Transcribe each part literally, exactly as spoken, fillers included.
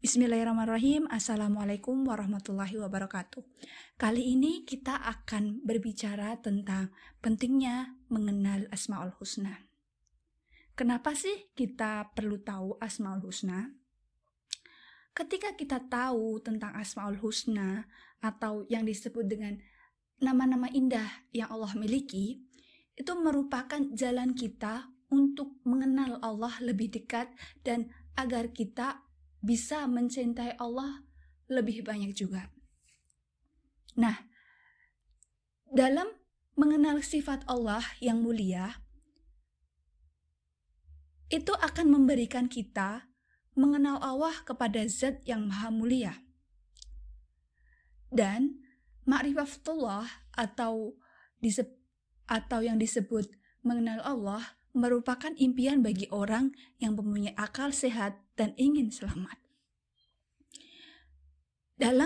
Bismillahirrahmanirrahim. Assalamualaikum warahmatullahi wabarakatuh. Kali ini kita akan berbicara tentang pentingnya mengenal Asmaul Husna. Kenapa sih kita perlu tahu Asmaul Husna? Ketika kita tahu tentang Asmaul Husna atau yang disebut dengan nama-nama indah yang Allah miliki, itu merupakan jalan kita untuk mengenal Allah lebih dekat dan agar kita bisa mencintai Allah lebih banyak juga. Nah, dalam mengenal sifat Allah yang mulia, itu akan memberikan kita mengenal Allah kepada zat yang maha mulia. Dan ma'rifatullah atau disebut, atau yang disebut mengenal Allah merupakan impian bagi orang yang mempunyai akal sehat dan ingin selamat. Dalam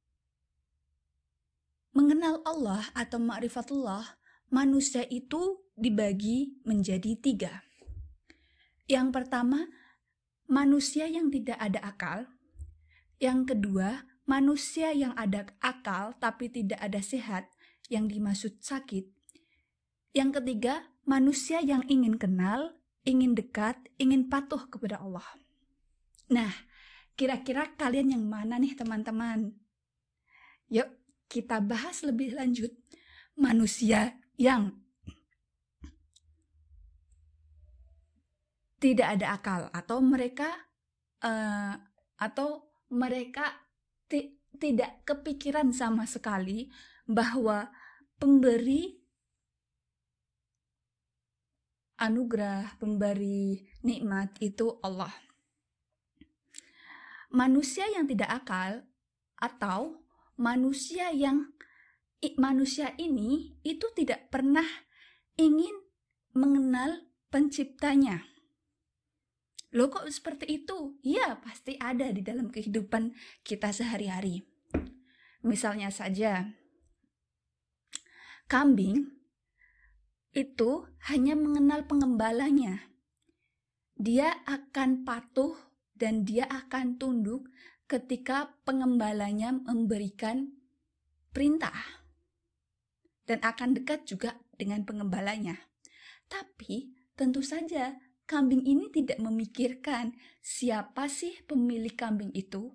mengenal Allah atau ma'rifatullah, manusia itu dibagi menjadi tiga. Yang pertama, manusia yang tidak ada akal. Yang kedua, manusia yang ada akal tapi tidak ada sehat, yang dimaksud sakit. Yang ketiga, manusia yang ingin kenal, ingin dekat, ingin patuh kepada Allah. Nah, kira-kira kalian yang mana nih teman-teman? Yuk, kita bahas lebih lanjut. Manusia yang tidak ada akal atau mereka uh, atau mereka ti- tidak kepikiran sama sekali bahwa pemberi anugerah, pemberi nikmat itu Allah. Manusia yang tidak akal atau manusia yang manusia ini itu tidak pernah ingin mengenal penciptanya. Loh kok seperti itu? Ya, pasti ada di dalam kehidupan kita sehari-hari. Misalnya saja, kambing itu hanya mengenal pengembalanya. Dia akan patuh dan dia akan tunduk ketika pengembalanya memberikan perintah. Dan akan dekat juga dengan pengembalanya. Tapi tentu saja kambing ini tidak memikirkan siapa sih pemilik kambing itu.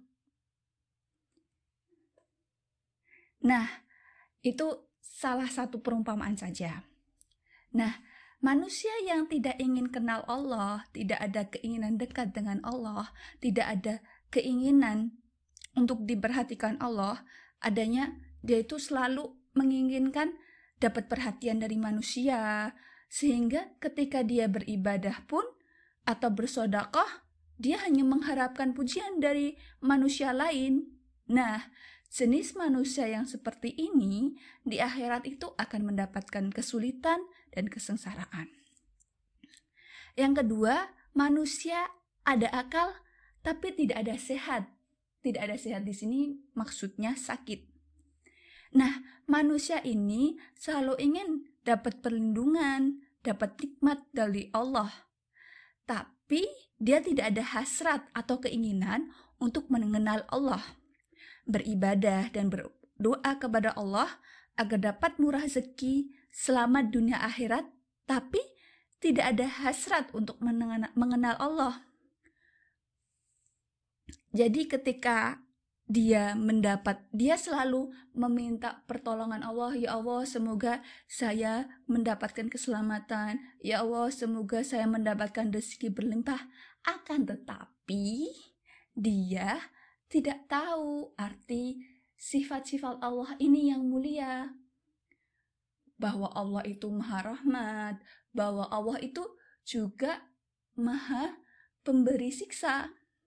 Nah, itu salah satu perumpamaan saja. Nah, manusia yang tidak ingin kenal Allah, tidak ada keinginan dekat dengan Allah, tidak ada keinginan untuk diperhatikan Allah, adanya dia itu selalu menginginkan dapat perhatian dari manusia, sehingga ketika dia beribadah pun atau bersedekah, dia hanya mengharapkan pujian dari manusia lain. Nah, jenis manusia yang seperti ini di akhirat itu akan mendapatkan kesulitan dan kesengsaraan. Yang kedua, manusia ada akal tapi tidak ada sehat. Tidak ada sehat di sini maksudnya sakit. Nah, manusia ini selalu ingin dapat perlindungan, dapat nikmat dari Allah. Tapi dia tidak ada hasrat atau keinginan untuk mengenal Allah. Beribadah dan berdoa kepada Allah agar dapat murah rezeki selamat dunia akhirat, tapi tidak ada hasrat untuk mengenal Allah. Jadi ketika dia mendapat, dia selalu meminta pertolongan Allah. Ya Allah, semoga saya mendapatkan keselamatan. Ya Allah, semoga saya mendapatkan rezeki berlimpah. Akan tetapi dia tidak tahu arti sifat-sifat Allah ini yang mulia. Bahwa Allah itu maha rahmat, bahwa Allah itu juga maha pemberi siksa.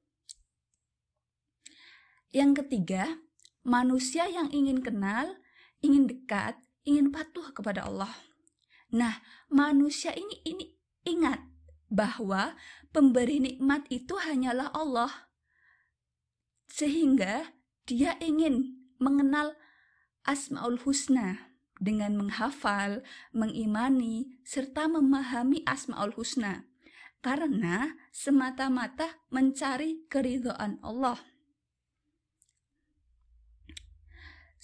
Yang ketiga, manusia yang ingin kenal, ingin dekat, ingin patuh kepada Allah. Nah, manusia ini ini ingat bahwa pemberi nikmat itu hanyalah Allah. Sehingga dia ingin mengenal Asmaul Husna dengan menghafal, mengimani, serta memahami Asmaul Husna. Karena semata-mata mencari keridhaan Allah.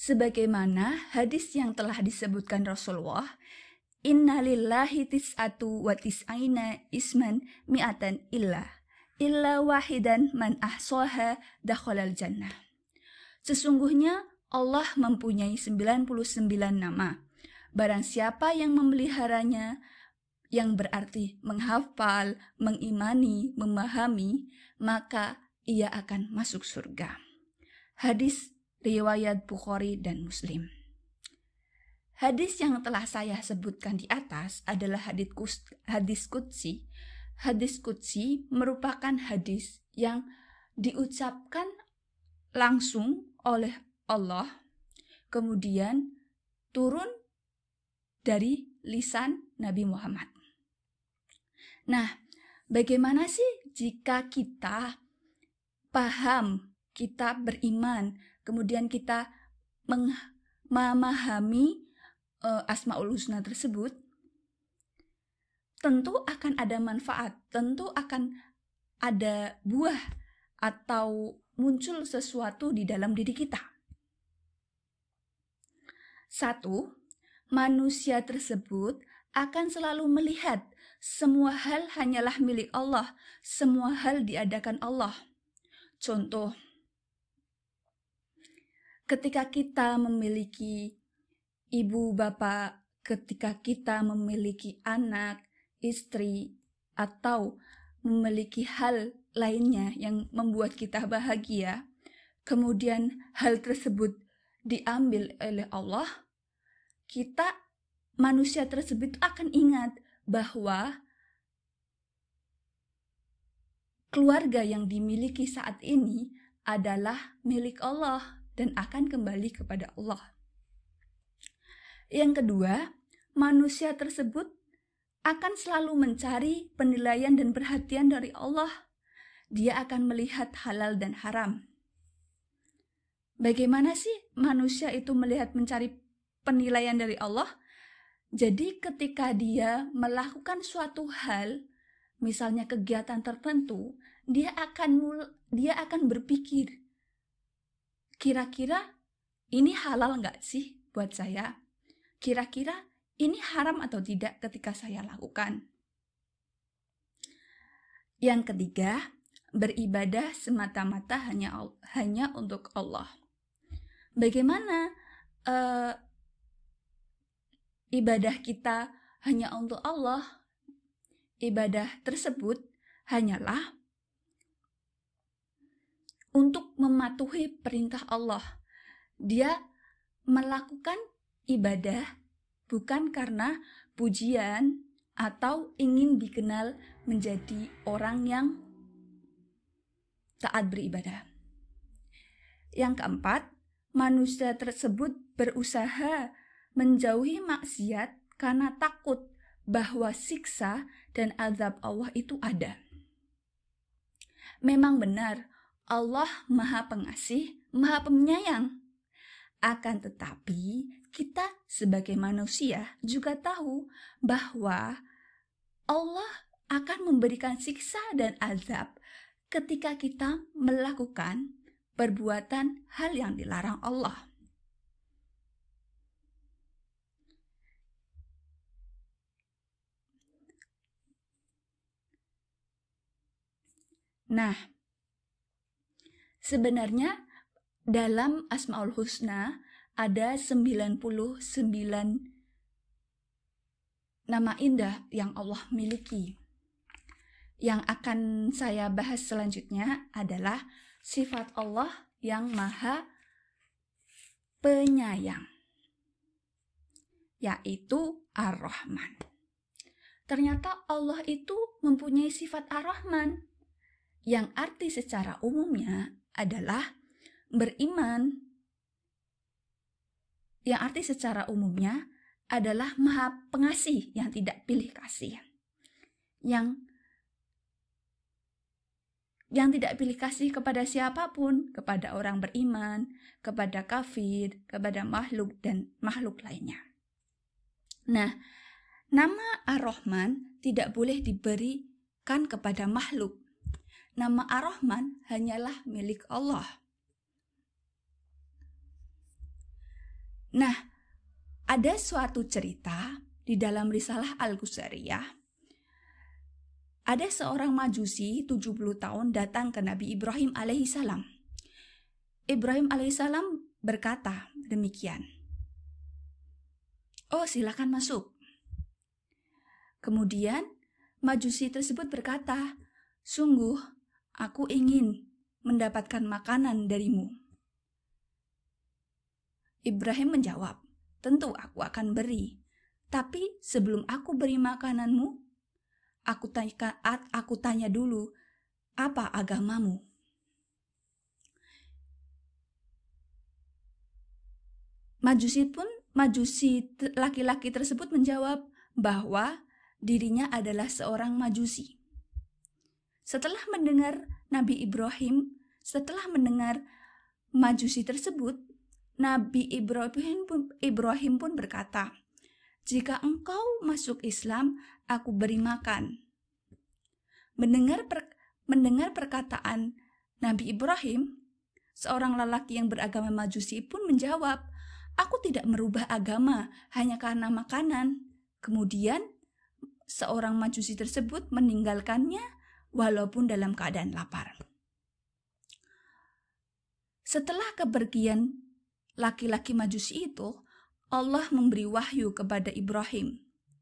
Sebagaimana hadis yang telah disebutkan Rasulullah, Inna lillahi tis'atu wa tis'aina isman mi'atan illa illa wahidan man ahsaha dakhalal jannah. Sesungguhnya Allah mempunyai sembilan puluh sembilan nama. Barang siapa yang memeliharanya, yang berarti menghafal, mengimani, memahami, maka ia akan masuk surga. Hadis riwayat Bukhari dan Muslim. Hadis yang telah saya sebutkan di atas adalah hadis kus, hadis qudsi. Hadis qudsi merupakan hadis yang diucapkan langsung oleh Allah, kemudian turun dari lisan Nabi Muhammad. Nah, bagaimana sih jika kita paham, kita beriman, kemudian kita memahami uh, Asmaul Husna tersebut? Tentu akan ada manfaat, tentu akan ada buah atau muncul sesuatu di dalam diri kita. Satu, manusia tersebut akan selalu melihat semua hal hanyalah milik Allah, semua hal diadakan Allah. Contoh, ketika kita memiliki ibu bapak, ketika kita memiliki anak, istri, atau memiliki hal lainnya yang membuat kita bahagia, kemudian hal tersebut diambil oleh Allah, kita manusia tersebut akan ingat bahwa keluarga yang dimiliki saat ini adalah milik Allah dan akan kembali kepada Allah. Yang kedua, manusia tersebut akan selalu mencari penilaian dan perhatian dari Allah. Dia akan melihat halal dan haram. Bagaimana sih manusia itu melihat mencari penilaian dari Allah? Jadi ketika dia melakukan suatu hal, misalnya kegiatan tertentu, dia akan mul- dia akan berpikir, kira-kira ini halal nggak sih buat saya? Kira-kira ini haram atau tidak ketika saya lakukan? Yang ketiga, beribadah semata-mata hanya hanya untuk Allah. Bagaimana uh, ibadah kita hanya untuk Allah? Ibadah tersebut hanyalah untuk mematuhi perintah Allah. Dia melakukan ibadah bukan karena pujian atau ingin dikenal menjadi orang yang taat beribadah. Yang keempat, manusia tersebut berusaha menjauhi maksiat karena takut bahwa siksa dan azab Allah itu ada. Memang benar, Allah Maha Pengasih, Maha Penyayang. Akan tetapi, kita sebagai manusia juga tahu bahwa Allah akan memberikan siksa dan azab ketika kita melakukan perbuatan hal yang dilarang Allah. Nah, sebenarnya dalam Asmaul Husna ada sembilan puluh sembilan nama indah yang Allah miliki. Yang akan saya bahas selanjutnya adalah sifat Allah yang Maha Penyayang, yaitu Ar-Rahman. Ternyata Allah itu mempunyai sifat Ar-Rahman, yang arti secara umumnya adalah beriman. Yang arti secara umumnya adalah Maha Pengasih yang tidak pilih kasih. Yang yang tidak pilih kasih kepada siapapun, kepada orang beriman, kepada kafir, kepada makhluk dan makhluk lainnya. Nah, nama Ar-Rahman tidak boleh diberikan kepada makhluk. Nama Ar-Rahman hanyalah milik Allah. Nah, ada suatu cerita di dalam risalah Al-Qusariyah. Ada seorang majusi tujuh puluh tahun datang ke Nabi Ibrahim alaihissalam. Ibrahim alaihissalam berkata demikian, "Oh, silakan masuk." Kemudian majusi tersebut berkata, "Sungguh, aku ingin mendapatkan makanan darimu." Ibrahim menjawab, "Tentu aku akan beri. Tapi sebelum aku beri makananmu, aku tanya, aku tanya dulu, apa agamamu?" Majusi pun, majusi laki-laki tersebut menjawab bahwa dirinya adalah seorang majusi. Setelah mendengar Nabi Ibrahim, setelah mendengar majusi tersebut, Nabi Ibrahim pun, Ibrahim pun berkata, "Jika engkau masuk Islam, aku beri makan." Mendengar per, mendengar perkataan Nabi Ibrahim, seorang lelaki yang beragama majusi pun menjawab, "Aku tidak merubah agama hanya karena makanan." Kemudian seorang majusi tersebut meninggalkannya walaupun dalam keadaan lapar. Setelah kepergian laki-laki majusi itu, Allah memberi wahyu kepada Ibrahim.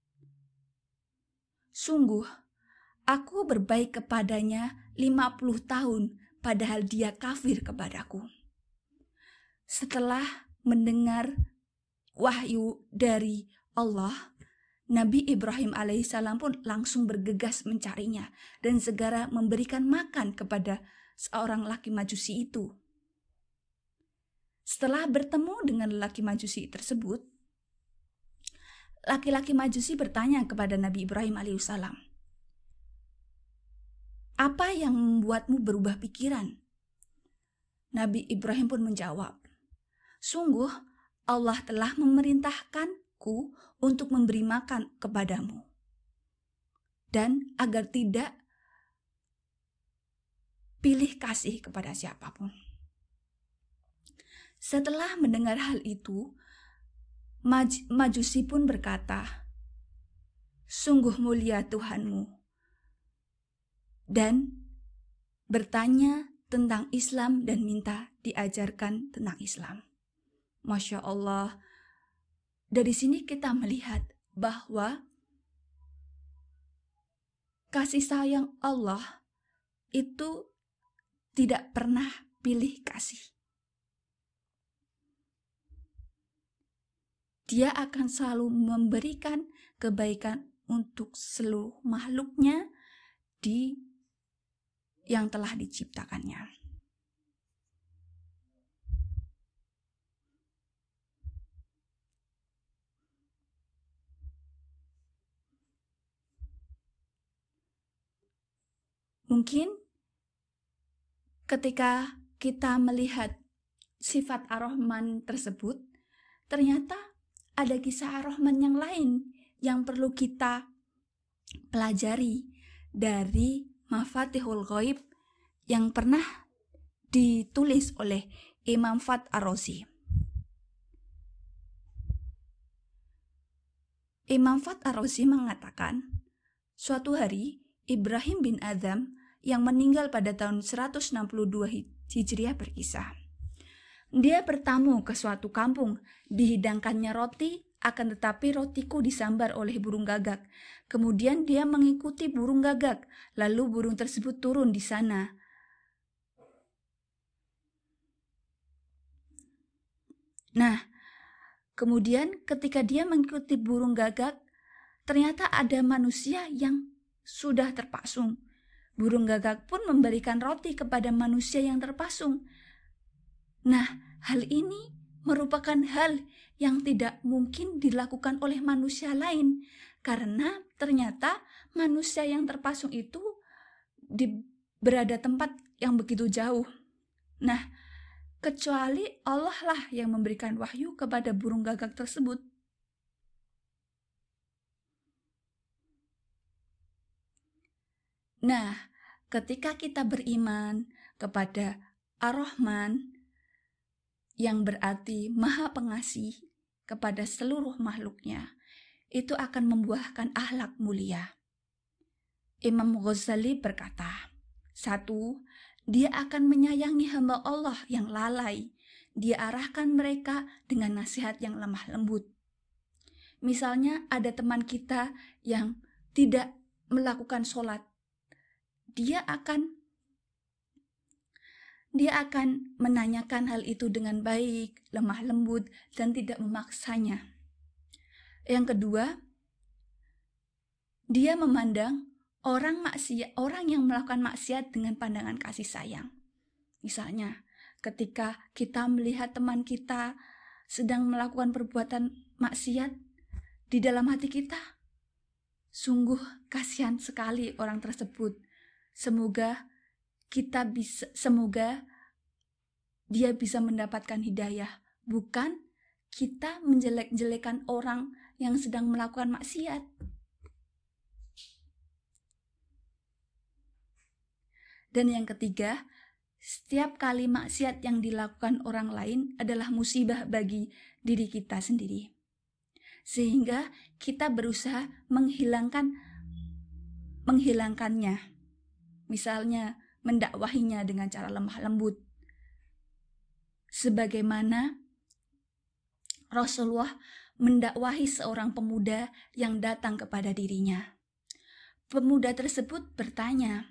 "Sungguh, aku berbaik kepadanya lima puluh tahun, padahal dia kafir kepadaku." Setelah mendengar wahyu dari Allah, Nabi Ibrahim alaihissalam pun langsung bergegas mencarinya dan segera memberikan makan kepada seorang laki majusi itu. Setelah bertemu dengan laki majusi tersebut, laki-laki majusi bertanya kepada Nabi Ibrahim alaihissalam, "Apa yang membuatmu berubah pikiran?" Nabi Ibrahim pun menjawab, "Sungguh Allah telah memerintahkanku untuk memberi makan kepadamu, dan agar tidak pilih kasih kepada siapapun." Setelah mendengar hal itu, maj- majusi pun berkata, "Sungguh mulia Tuhanmu," dan bertanya tentang Islam dan minta diajarkan tentang Islam. Masya Allah, dari sini kita melihat bahwa kasih sayang Allah itu tidak pernah pilih kasih. Dia akan selalu memberikan kebaikan untuk seluruh makhluknya di yang telah diciptakannya. Mungkin ketika kita melihat sifat Ar-Rahman tersebut, ternyata ada kisah Ar-Rahman yang lain yang perlu kita pelajari dari Mafatihul Ghaib yang pernah ditulis oleh Imam Fat Ar-Razi. Imam Fat Ar-Razi mengatakan, suatu hari Ibrahim bin Adham yang meninggal pada tahun seratus enam puluh dua Hijriah berkisah. Dia bertamu ke suatu kampung, dihidangkannya roti, akan tetapi rotiku disambar oleh burung gagak. Kemudian dia mengikuti burung gagak, lalu burung tersebut turun di sana. Nah, kemudian ketika dia mengikuti burung gagak, ternyata ada manusia yang sudah terpasung. Burung gagak pun memberikan roti kepada manusia yang terpasung. Nah, hal ini merupakan hal yang tidak mungkin dilakukan oleh manusia lain, karena ternyata manusia yang terpasung itu di, berada tempat yang begitu jauh. Nah, kecuali Allah lah yang memberikan wahyu kepada burung gagak tersebut. Nah, ketika kita beriman kepada Ar-Rahman, yang berarti Maha Pengasih, kepada seluruh makhluknya, itu akan membuahkan akhlak mulia. Imam Ghazali berkata, satu, dia akan menyayangi hamba Allah yang lalai. Dia arahkan mereka dengan nasihat yang lemah lembut. Misalnya ada teman kita yang tidak melakukan sholat. Dia akan dia akan menanyakan hal itu dengan baik, lemah lembut, dan tidak memaksanya. Yang kedua, dia memandang orang maksiat, orang yang melakukan maksiat dengan pandangan kasih sayang. Misalnya, ketika kita melihat teman kita sedang melakukan perbuatan maksiat, di dalam hati kita, sungguh kasihan sekali orang tersebut. Semoga kita bisa, semoga dia bisa mendapatkan hidayah, bukan kita menjelek-jelekan orang yang sedang melakukan maksiat. Dan yang ketiga, setiap kali maksiat yang dilakukan orang lain adalah musibah bagi diri kita sendiri. Sehingga kita berusaha menghilangkan menghilangkannya. Misalnya mendakwahinya dengan cara lemah lembut. Sebagaimana Rasulullah mendakwahi seorang pemuda yang datang kepada dirinya. Pemuda tersebut bertanya,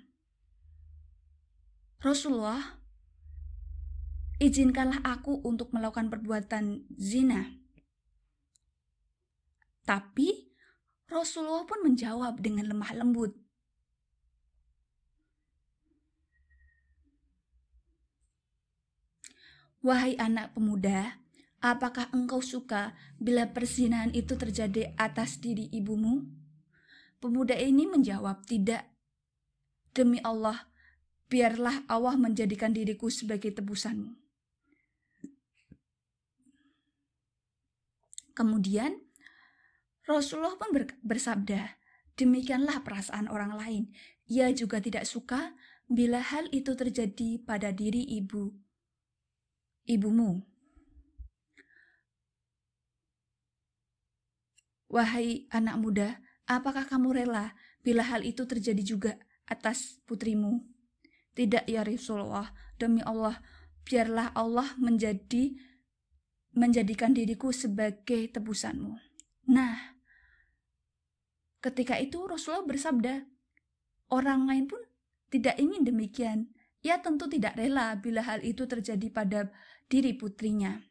Rasulullah, izinkanlah aku untuk melakukan perbuatan zina. Tapi Rasulullah pun menjawab dengan lemah lembut, wahai anak pemuda, apakah engkau suka bila perzinahan itu terjadi atas diri ibumu? Pemuda ini menjawab, tidak. Demi Allah, biarlah Allah menjadikan diriku sebagai tebusanmu. Kemudian Rasulullah pun bersabda, demikianlah perasaan orang lain. Ia juga tidak suka bila hal itu terjadi pada diri ibu, ibumu. Wahai anak muda, apakah kamu rela bila hal itu terjadi juga atas putrimu? Tidak ya Rasulullah, demi Allah, biarlah Allah menjadi menjadikan diriku sebagai tebusanmu. Nah, ketika itu Rasulullah bersabda, orang lain pun tidak ingin demikian. Ia tentu tidak rela bila hal itu terjadi pada diri putrinya.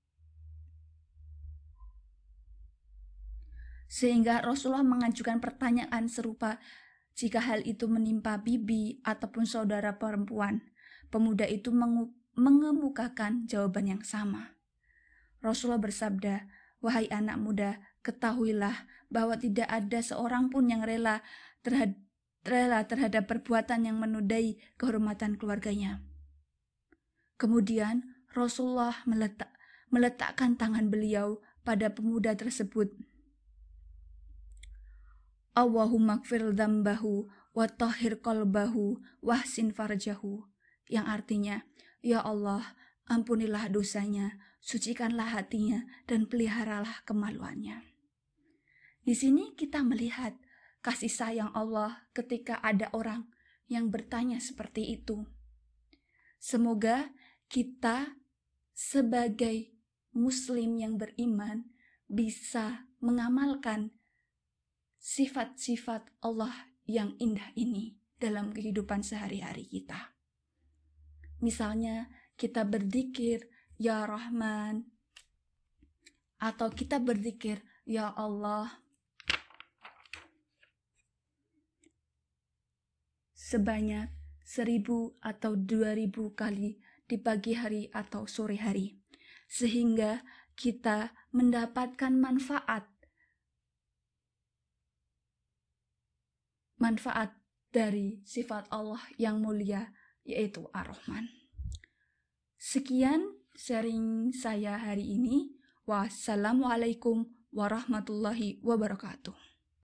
Sehingga Rasulullah mengajukan pertanyaan serupa jika hal itu menimpa bibi ataupun saudara perempuan. Pemuda itu mengemukakan jawaban yang sama. Rasulullah bersabda, wahai anak muda, ketahuilah bahwa tidak ada seorang pun yang rela terhadap rela terhadap perbuatan yang menodai kehormatan keluarganya. Kemudian Rasulullah meletak, meletakkan tangan beliau pada pemuda tersebut. Allahumma gfir dzambahu wa tahhir qalbahu wahsin farjahu, yang artinya, ya Allah, ampunilah dosanya, sucikanlah hatinya, dan peliharalah kemaluannya. Di sini kita melihat kasih sayang Allah ketika ada orang yang bertanya seperti itu. Semoga kita sebagai muslim yang beriman bisa mengamalkan sifat-sifat Allah yang indah ini dalam kehidupan sehari-hari kita. Misalnya kita berzikir ya Rahman, atau kita berzikir ya Allah sebanyak seribu atau dua ribu kali di pagi hari atau sore hari, sehingga kita mendapatkan manfaat manfaat dari sifat Allah yang mulia, yaitu Ar-Rahman. Sekian sharing saya hari ini. Wassalamualaikum warahmatullahi wabarakatuh.